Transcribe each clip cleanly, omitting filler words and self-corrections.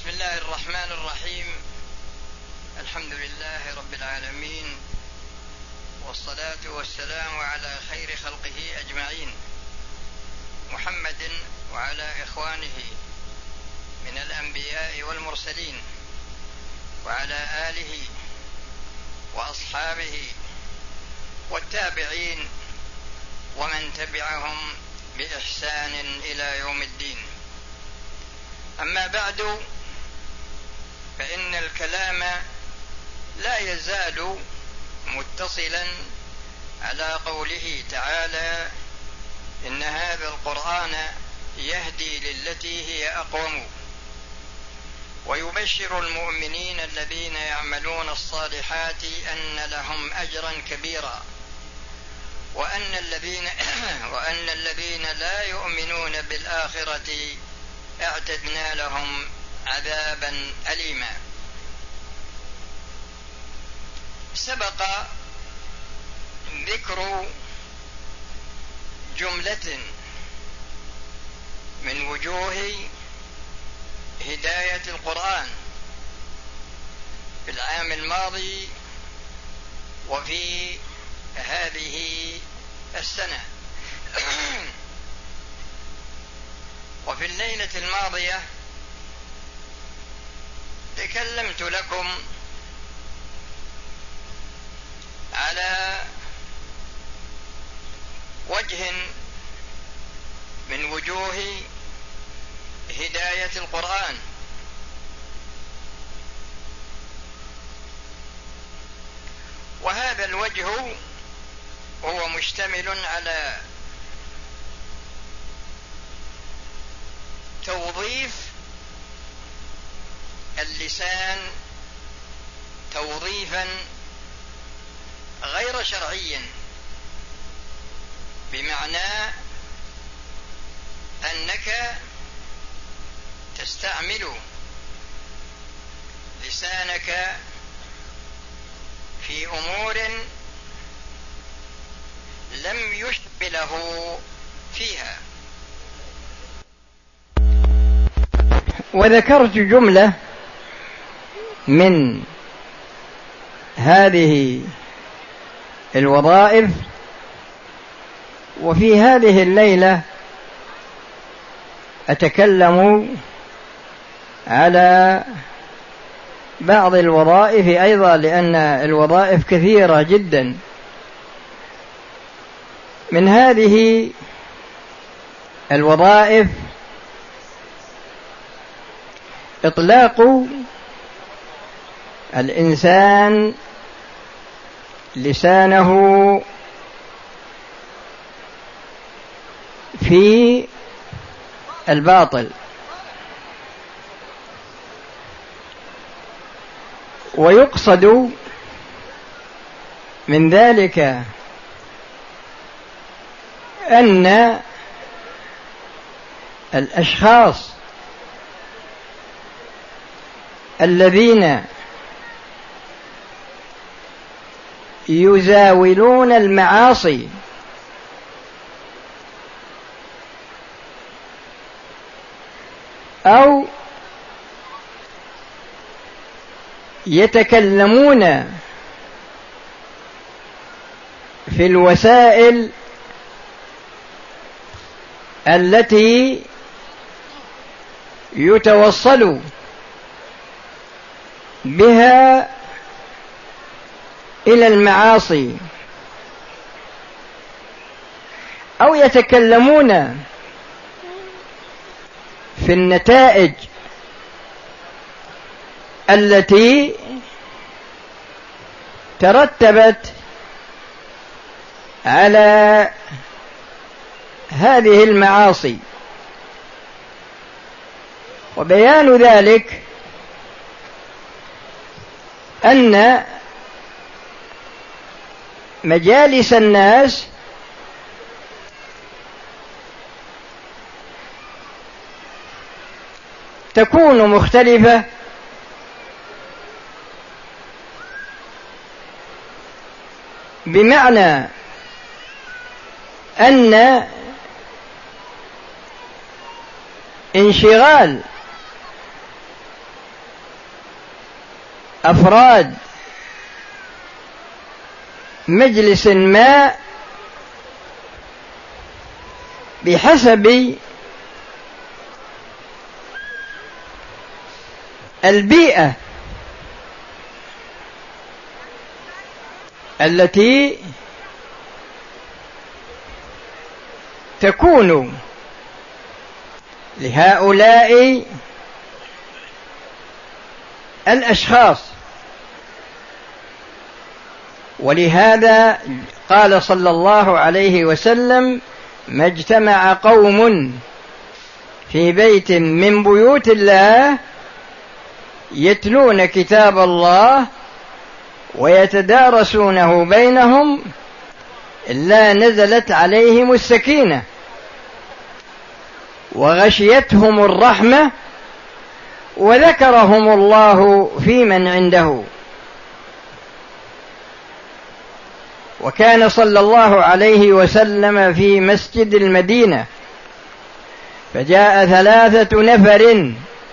بسم الله الرحمن الرحيم. الحمد لله رب العالمين، والصلاة والسلام على خير خلقه أجمعين، محمد وعلى إخوانه من الأنبياء والمرسلين، وعلى آله وأصحابه والتابعين ومن تبعهم بإحسان إلى يوم الدين. أما بعد، فإن الكلام لا يزال متصلا على قوله تعالى: إن هذا القرآن يهدي للتي هي أقوم ويبشر المؤمنين الذين يعملون الصالحات أن لهم أجرا كبيرا وأن الذين لا يؤمنون بالآخرة اعتدنا لهم عذابا أليما. سبق ذكر جملة من وجوه هداية القرآن في العام الماضي وفي هذه السنة. وفي الليلة الماضية تكلمت لكم على وجه من وجوه هداية القرآن، وهذا الوجه هو مشتمل على توظيف اللسان توظيفا غير شرعي، بمعنى أنك تستعمل لسانك في أمور لم يشمله فيها. وذكرت جملة من هذه الوظائف، وفي هذه الليلة أتكلم على بعض الوظائف أيضا، لأن الوظائف كثيرة جدا. من هذه الوظائف إطلاق الإنسان لسانه في الباطل، ويقصد من ذلك أن الأشخاص الذين يزاولون المعاصي أو يتكلمون في الوسائل التي يتوصل بها إلى المعاصي، أو يتكلمون في النتائج التي ترتبت على هذه المعاصي. وبيان ذلك أن مجالس الناس تكون مختلفة بمعنى أن انشغال أفراد مجلس ما بحسب البيئة التي تكون لهؤلاء الأشخاص. ولهذا قال صلى الله عليه وسلم: ما اجتمع قوم في بيت من بيوت الله يتلون كتاب الله ويتدارسونه بينهم إلا نزلت عليهم السكينة وغشيتهم الرحمة وذكرهم الله في من عنده. وكان صلى الله عليه وسلم في مسجد المدينة، فجاء 3 نفر،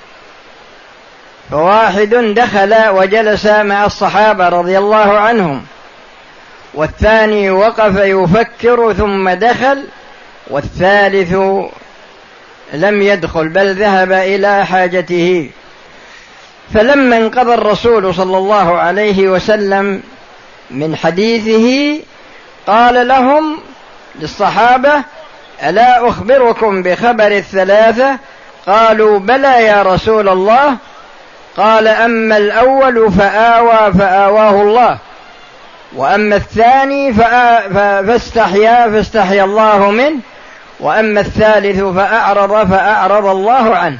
فواحد دخل وجلس مع الصحابة رضي الله عنهم، والثاني وقف يفكر ثم دخل، والثالث لم يدخل بل ذهب إلى حاجته. فلما انقضى الرسول صلى الله عليه وسلم من حديثه قال لهم للصحابة: ألا أخبركم بخبر 3؟ قالوا: بلى يا رسول الله. قال: أما الأول فآواه الله، وأما الثاني فاستحيا الله منه، وأما الثالث فأعرض الله عنه.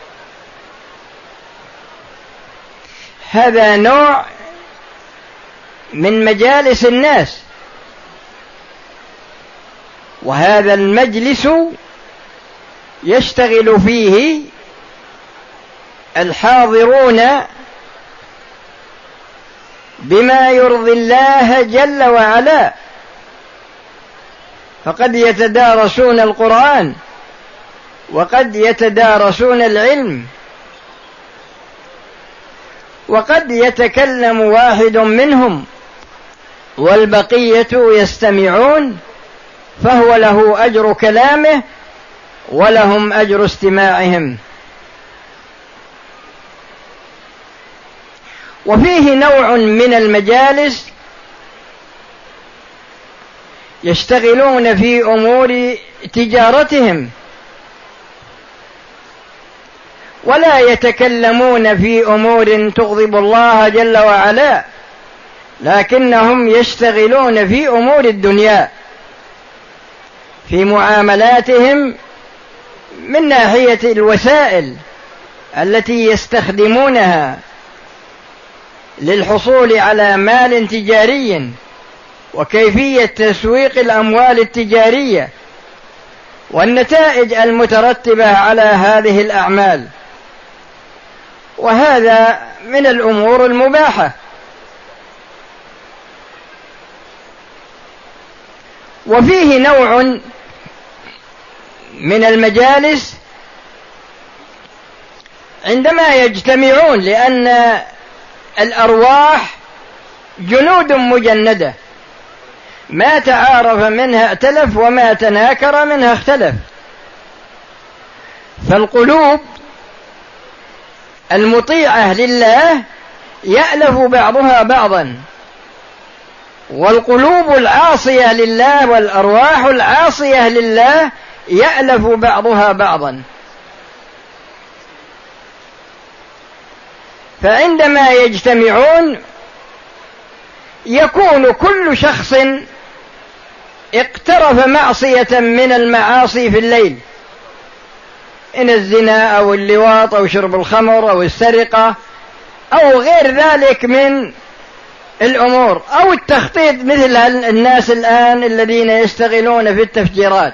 هذا نوع من مجالس الناس، وهذا المجلس يشتغل فيه الحاضرون بما يرضي الله جل وعلا، فقد يتدارسون القرآن وقد يتدارسون العلم، وقد يتكلم واحد منهم والبقية يستمعون، فهو له أجر كلامه ولهم أجر استماعهم. وفيه نوع من المجالس يشتغلون في أمور تجارتهم ولا يتكلمون في أمور تغضب الله جل وعلا، لكنهم يشتغلون في أمور الدنيا في معاملاتهم من ناحية الوسائل التي يستخدمونها للحصول على مال تجاري، وكيفية تسويق الأموال التجارية والنتائج المترتبة على هذه الأعمال، وهذا من الأمور المباحة. وفيه نوع من المجالس عندما يجتمعون، لأن الأرواح جنود مجندة، ما تعارف منها ائتلف وما تناكر منها اختلف. فالقلوب المطيعة لله يألف بعضها بعضا، والقلوب العاصية لله والأرواح العاصية لله يألف بعضها بعضا. فعندما يجتمعون يكون كل شخص اقترف معصية من المعاصي في الليل، إن الزنا أو اللواط أو شرب الخمر أو السرقة أو غير ذلك من الأمور، أو التخطيط مثل الناس الآن الذين يشتغلون في التفجيرات.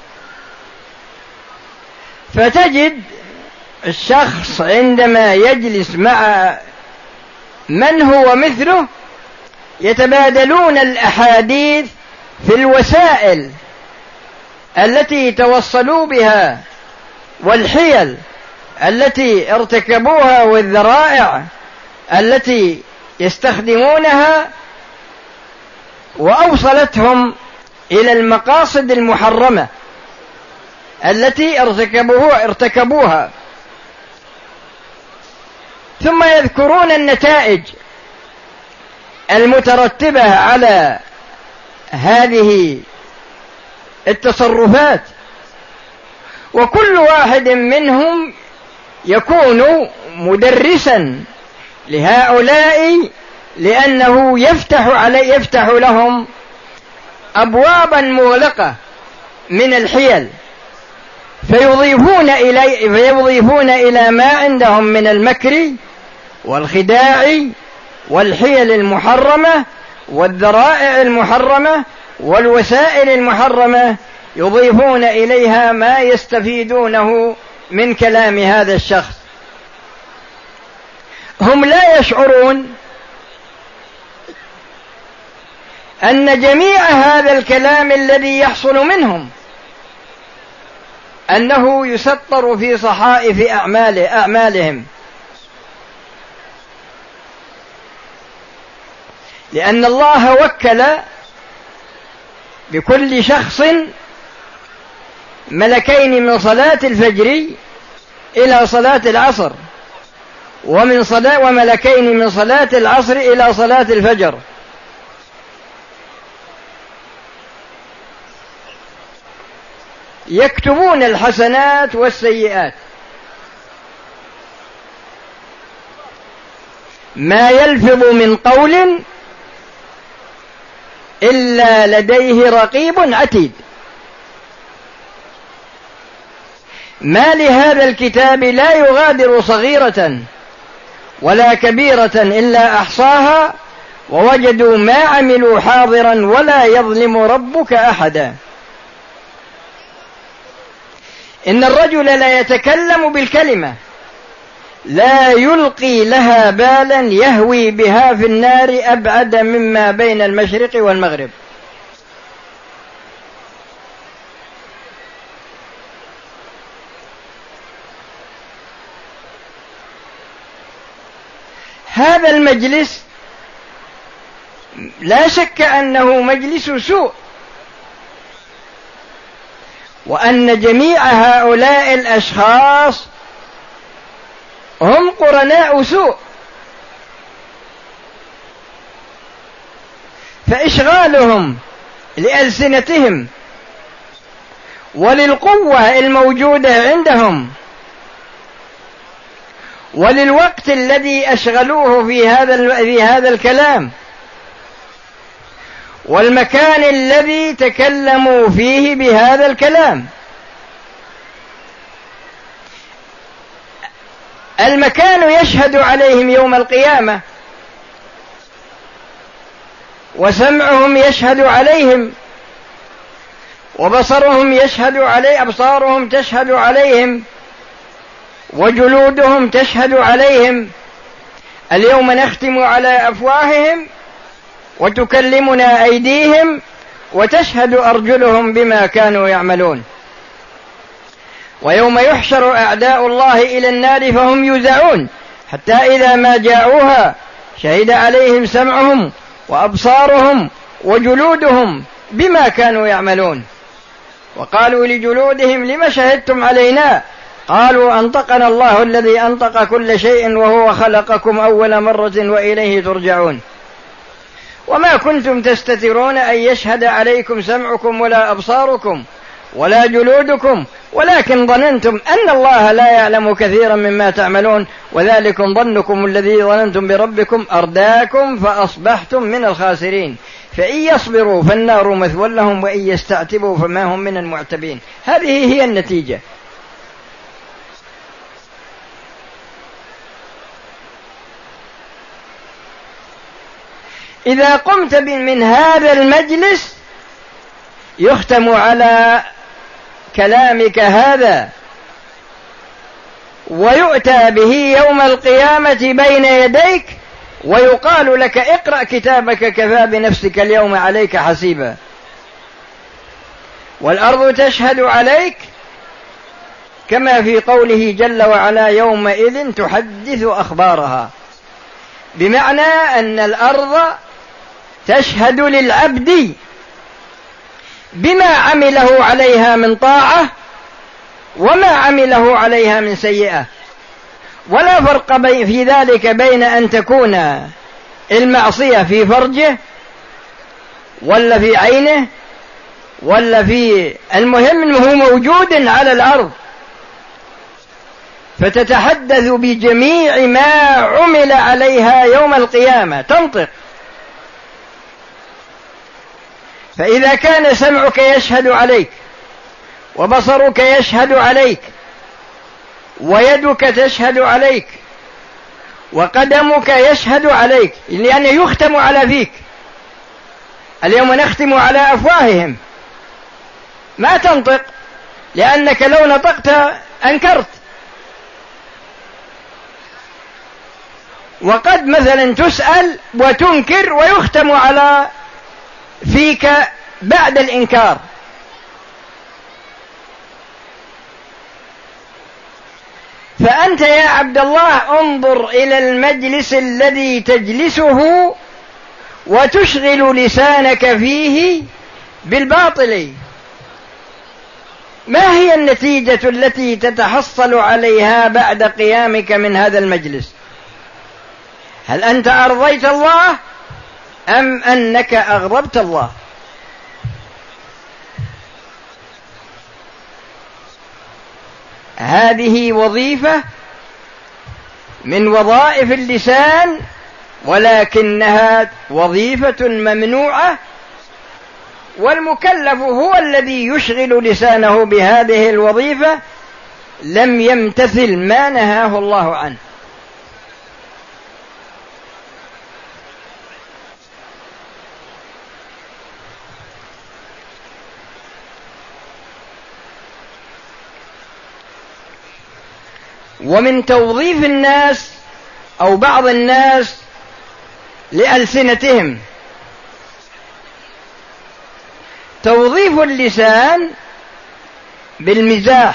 فتجد الشخص عندما يجلس مع من هو مثله يتبادلون الأحاديث في الوسائل التي توصلوا بها والحيل التي ارتكبوها والذرائع التي يستخدمونها وأوصلتهم إلى المقاصد المحرمة التي ارتكبوها، ثم يذكرون النتائج المترتبة على هذه التصرفات، وكل واحد منهم يكون مدرسا لهؤلاء، لأنه يفتح لهم أبوابا مغلقة من الحيل، فيضيفون إلى ما عندهم من المكر والخداع والحيل المحرمة والذرائع المحرمة والوسائل المحرمة، يضيفون إليها ما يستفيدونه من كلام هذا الشخص. هم لا يشعرون أن جميع هذا الكلام الذي يحصل منهم أنه يسطر في صحائف أعمالهم، لأن الله وكل بكل شخص ملكين من صلاة الفجر إلى صلاة العصر، وملكين من صلاة العصر إلى صلاة الفجر، يكتبون الحسنات والسيئات. ما يلفظ من قول إلا لديه رقيب عتيد. ما لهذا الكتاب لا يغادر صغيرة ولا كبيرة إلا أحصاها ووجدوا ما عملوا حاضرا ولا يظلم ربك أحدا. إن الرجل لا يتكلم بالكلمة لا يلقي لها بالا يهوي بها في النار أبعد مما بين المشرق والمغرب. هذا المجلس لا شك أنه مجلس سوء، وأن جميع هؤلاء الأشخاص هم قرناء سوء، فإشغالهم لألسنتهم وللقوة الموجودة عندهم وللوقت الذي أشغلوه في هذا الكلام والمكان الذي تكلموا فيه بهذا الكلام. المكان يشهد عليهم يوم القيامة، وسمعهم يشهد عليهم، وبصرهم يشهد عليه، أبصارهم تشهد عليهم، وجلودهم تشهد عليهم. اليوم نختم على أفواههم وتكلمنا أيديهم وتشهد أرجلهم بما كانوا يعملون. ويوم يحشر أعداء الله إلى النار فهم يوزعون حتى إذا ما جاءوها شهد عليهم سمعهم وأبصارهم وجلودهم بما كانوا يعملون. وقالوا لجلودهم لم شهدتم علينا؟ قالوا أنطقنا الله الذي أنطق كل شيء وهو خلقكم أول مرة وإليه ترجعون. وما كنتم تستترون أن يشهد عليكم سمعكم ولا أبصاركم ولا جلودكم ولكن ظننتم أن الله لا يعلم كثيرا مما تعملون وذلكم ظنكم الذي ظننتم بربكم أرداكم فأصبحتم من الخاسرين. فإن يصبروا فالنار مثوى لهم وإن يستعتبوا فما هم من المعتبين. هذه هي النتيجة. إذا قمت من هذا المجلس يختم على كلامك هذا ويؤتى به يوم القيامة بين يديك ويقال لك اقرأ كتابك كفى بنفسك اليوم عليك حسيبا. والأرض تشهد عليك كما في قوله جل وعلا يومئذ تحدث أخبارها. بمعنى أن الأرض تشهد للعبد بما عمله عليها من طاعة وما عمله عليها من سيئة، ولا فرق في ذلك بين أن تكون المعصية في فرجه ولا في عينه ولا في المهم أنه موجود على الأرض، فتتحدث بجميع ما عمل عليها يوم القيامة، تنطق. فإذا كان سمعك يشهد عليك وبصرك يشهد عليك ويدك تشهد عليك وقدمك يشهد عليك، لأن يختم على فيك. اليوم نختم على أفواههم، ما تنطق، لأنك لو نطقت أنكرت. وقد مثلا تسأل وتنكر ويختم على فيك بعد الإنكار. فأنت يا عبد الله انظر إلى المجلس الذي تجلسه وتشغل لسانك فيه بالباطل، ما هي النتيجة التي تتحصل عليها بعد قيامك من هذا المجلس؟ هل أنت أرضيت الله أم أنك أغضبت الله؟ هذه وظيفة من وظائف اللسان، ولكنها وظيفة ممنوعة، والمكلف هو الذي يشغل لسانه بهذه الوظيفة لم يمتثل ما نهاه الله عنه. ومن توظيف الناس أو بعض الناس لألسنتهم توظيف اللسان بالمزاح،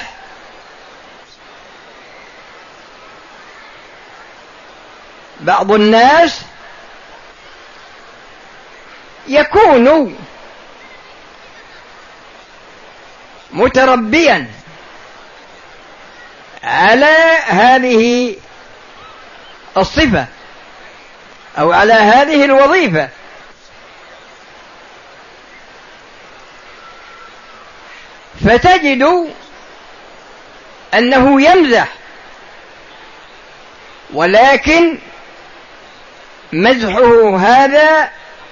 بعض الناس يكون متربيا على هذه الصفة أو على هذه الوظيفة، فتجد أنه يمزح، ولكن مزحه هذا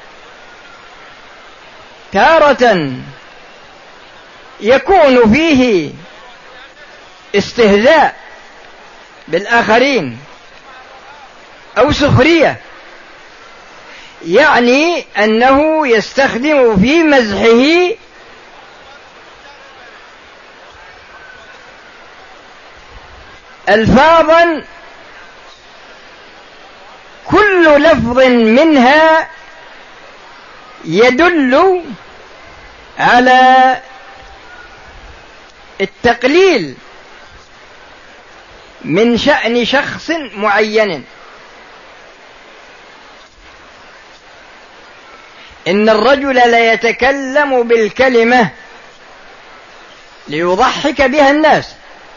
تارة يكون فيه استهزاء بالآخرين أو سخرية، يعني أنه يستخدم في مزحه ألفاظا كل لفظ منها يدل على التقليل من شأن شخص معين. إن الرجل لا يتكلم بالكلمة ليضحك بها الناس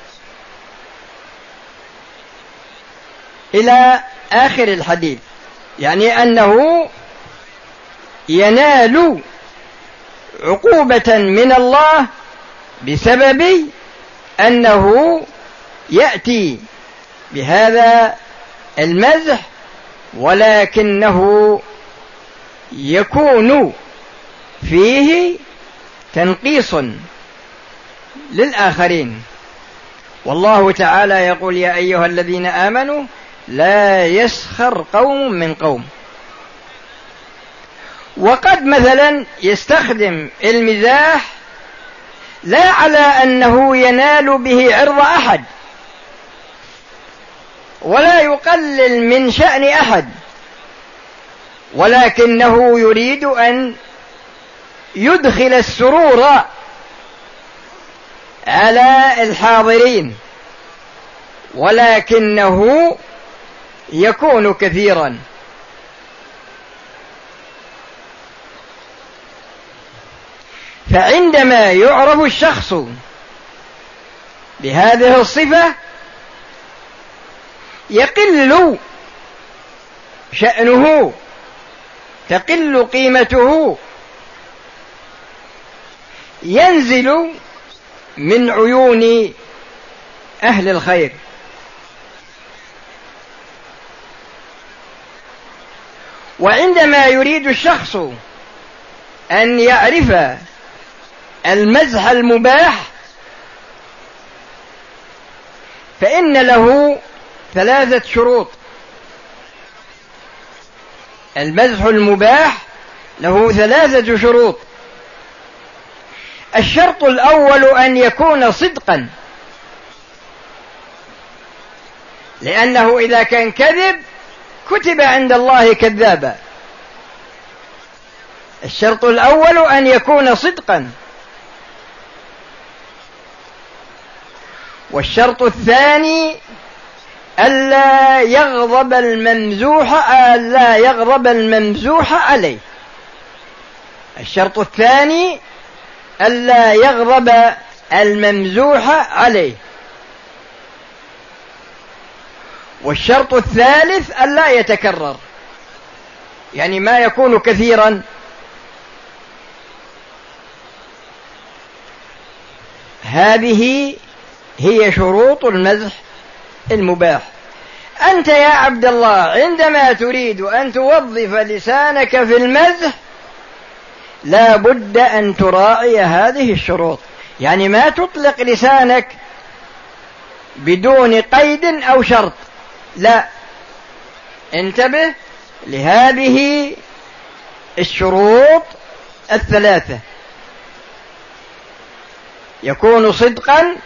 إلى آخر الحديث، يعني أنه ينال عقوبة من الله بسبب أنه يأتي بهذا المزح، ولكنه يكون فيه تنقيص للآخرين. والله تعالى يقول: يا أيها الذين آمنوا لا يسخر قوم من قوم. وقد مثلا يستخدم المزاح لا على أنه ينال به عرض أحد ولا يقلل من شأن أحد، ولكنه يريد أن يدخل السرور على الحاضرين، ولكنه يكون كثيرا. فعندما يعرف الشخص بهذه الصفة يقل شأنه، تقل قيمته، ينزل من عيون أهل الخير. وعندما يريد الشخص أن يعرف المزح المباح فإن له 3 شروط. المزح المباح له 3 شروط. الشرط الأول أن يكون صدقا، لأنه إذا كان كذب كتب عند الله كذابا. الشرط الأول أن يكون صدقا. والشرط الثاني ألا يغضب الممزوح عليه. الشرط الثاني ألا يغضب الممزوح عليه. والشرط الثالث ألا يتكرر، يعني ما يكون كثيرا. هذه هي شروط المزح المباح. أنت يا عبد الله عندما تريد أن توظف لسانك في المزح لا بد أن تراعي هذه الشروط، يعني ما تطلق لسانك بدون قيد أو شرط، لا، انتبه لهذه الشروط ال3: يكون صدقا،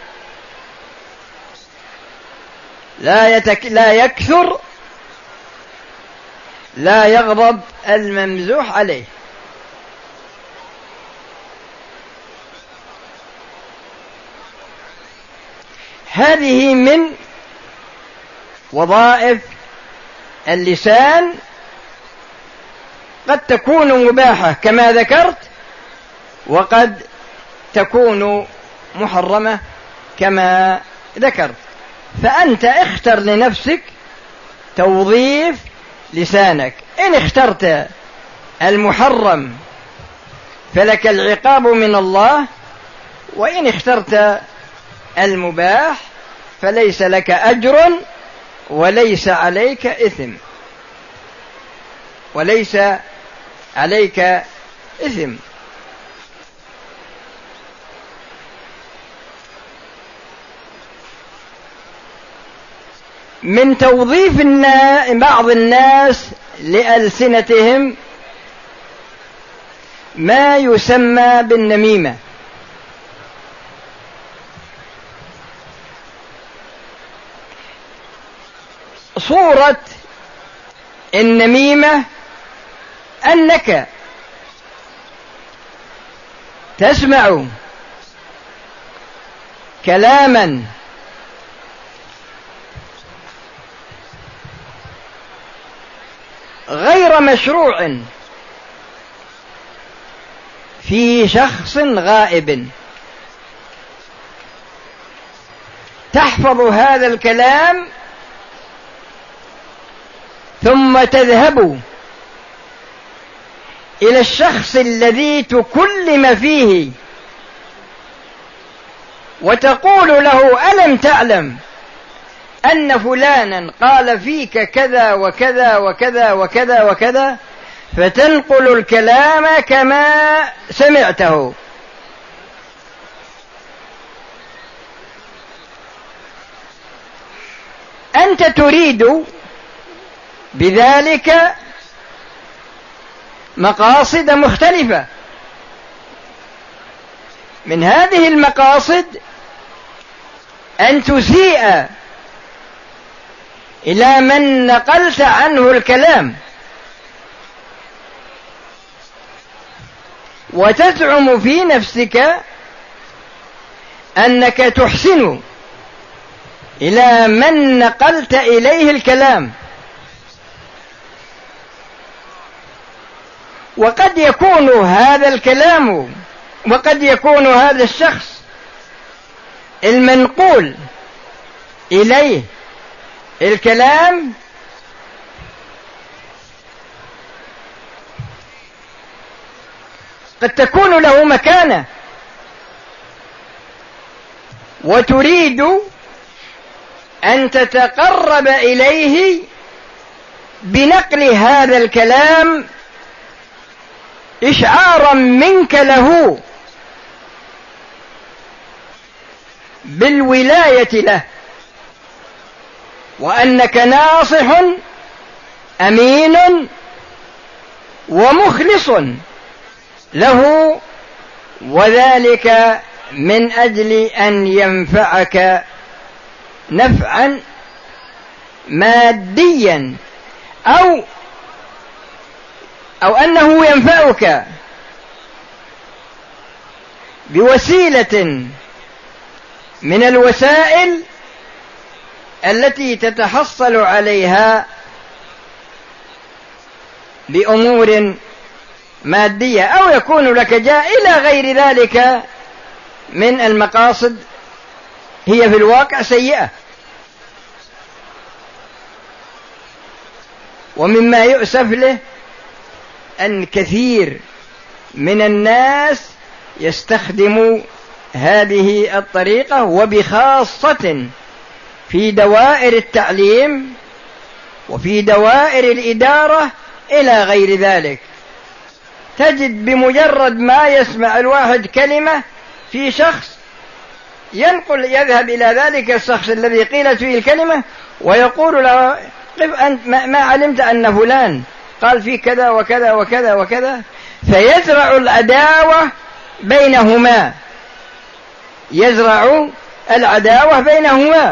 لا يكثر، لا يغضب الممزوح عليه. هذه من وظائف اللسان، قد تكون مباحة كما ذكرت، وقد تكون محرمة كما ذكرت. فأنت اختر لنفسك توظيف لسانك. إن اخترت المحرم فلك العقاب من الله، وإن اخترت المباح فليس لك أجر وليس عليك إثم، وليس عليك إثم. من توظيف بعض الناس لألسنتهم ما يسمى بالنميمة. صورة النميمة أنك تسمع كلاما غير مشروع في شخص غائب، تحفظ هذا الكلام ثم تذهب إلى الشخص الذي تكلم فيه وتقول له: ألم تعلم أن فلانا قال فيك كذا وكذا وكذا وكذا وكذا؟ فتنقل الكلام كما سمعته. أنت تريد بذلك مقاصد مختلفة. من هذه المقاصد أن تسيء إلى من نقلت عنه الكلام، وتزعم في نفسك أنك تحسن إلى من نقلت إليه الكلام، وقد يكون هذا الكلام وقد يكون هذا الشخص المنقول إليه الكلام قد تكون له مكانة وتريد أن تتقرب إليه بنقل هذا الكلام إشعارا منك له بالولاية له، وأنك ناصح أمين ومخلص له، وذلك من أجل أن ينفعك نفعا ماديا أو أنه ينفعك بوسيلة من الوسائل التي تتحصل عليها بأمور مادية، أو يكون لك جاء إلى غير ذلك من المقاصد هي في الواقع سيئة. ومما يؤسف له أن كثير من الناس يستخدموا هذه الطريقة، وبخاصة في دوائر التعليم وفي دوائر الإدارة إلى غير ذلك. تجد بمجرد ما يسمع الواحد كلمة في شخص يذهب إلى ذلك الشخص الذي قيلت فيه الكلمة ويقول له قف أنت، ما علمت أن فلان قال فيه كذا وكذا وكذا وكذا، فيزرع العداوة بينهما، يزرع العداوة بينهما.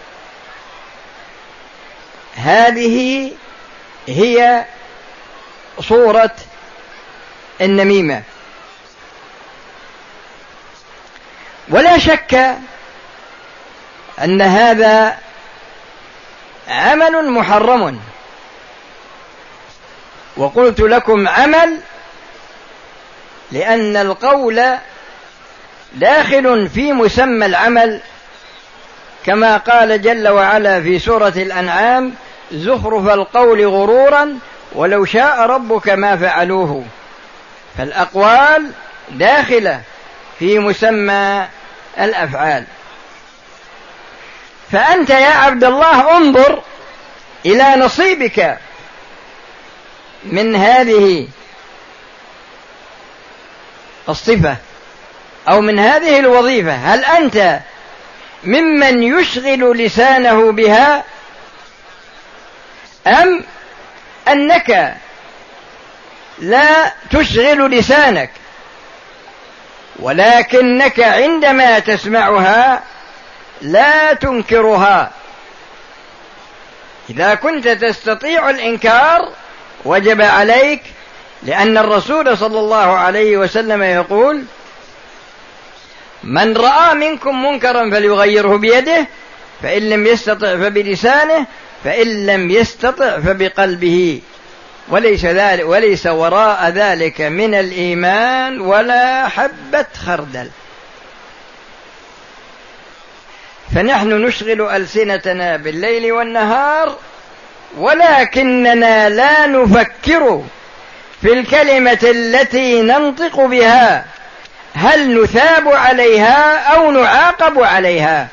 هذه هي صورة النميمة. ولا شك أن هذا عمل محرم، وقلت لكم عمل لأن القول داخل في مسمى العمل، كما قال جل وعلا في سورة الأنعام: زخرف القول غرورا ولو شاء ربك ما فعلوه. فالأقوال داخلة في مسمى الأفعال. فأنت يا عبد الله انظر إلى نصيبك من هذه الصفة أو من هذه الوظيفة، هل أنت ممن يشغل لسانه بها، أم أنك لا تشغل لسانك ولكنك عندما تسمعها لا تنكرها؟ إذا كنت تستطيع الإنكار وجب عليك، لأن الرسول صلى الله عليه وسلم يقول: من رأى منكم منكرا فليغيره بيده، فإن لم يستطع فبلسانه، فإن لم يستطع فبقلبه، وليس وراء ذلك من الإيمان ولا حبة خردل. فنحن نشغل ألسنتنا بالليل والنهار، ولكننا لا نفكر في الكلمة التي ننطق بها، هل نثاب عليها أو نعاقب عليها؟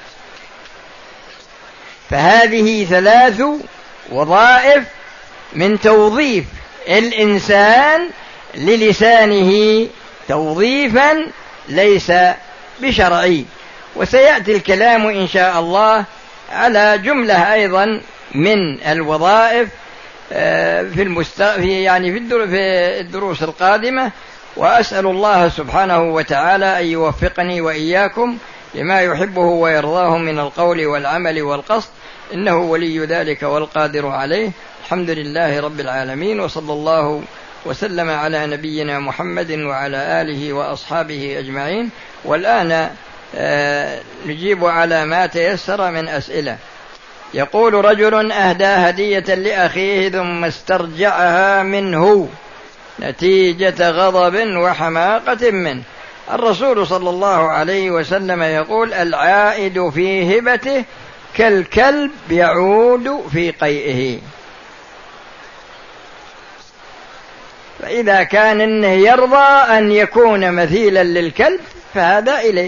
فهذه 3 وظائف من توظيف الإنسان للسانه، توظيفا ليس بشرعي. وسيأتي الكلام إن شاء الله على جملة أيضا من الوظائف في الدروس القادمة. وأسأل الله سبحانه وتعالى أن يوفقني وإياكم لما يحبه ويرضاه من القول والعمل والقصد، إنه ولي ذلك والقادر عليه. الحمد لله رب العالمين، وصلى الله وسلم على نبينا محمد وعلى آله وأصحابه أجمعين. والآن نجيب على ما تيسر من أسئلة. يقول رجل: أهدى هدية لأخيه ثم استرجعها منه نتيجة غضب وحماقة منه، الرسول صلى الله عليه وسلم يقول: العائد في هبته كالكلب يعود في قيئه. فإذا كان إنه يرضى أن يكون مثيلا للكلب فهذا إليه.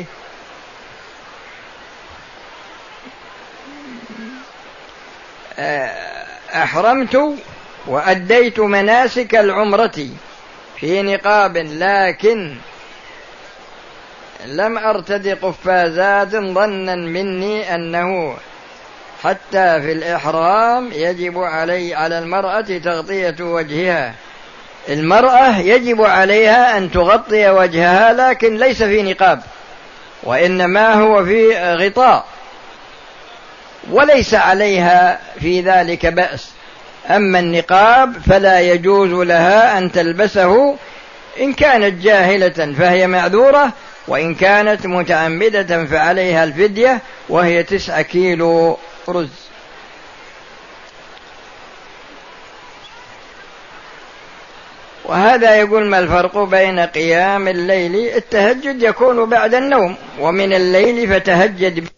أحرمت وأديت مناسك العمرة في نقاب، لكن لم أرتدي قفازات ظنا مني أنه حتى في الإحرام يجب على المرأة تغطية وجهها. المرأة يجب عليها أن تغطي وجهها، لكن ليس في نقاب، وإنما هو في غطاء، وليس عليها في ذلك بأس. أما النقاب فلا يجوز لها أن تلبسه، إن كانت جاهلة فهي معذورة، وإن كانت متعمدة فعليها الفدية، وهي 9 كيلو رز. وهذا يقول: ما الفرق بين قيام الليل؟ التهجد يكون بعد النوم، ومن الليل فتهجد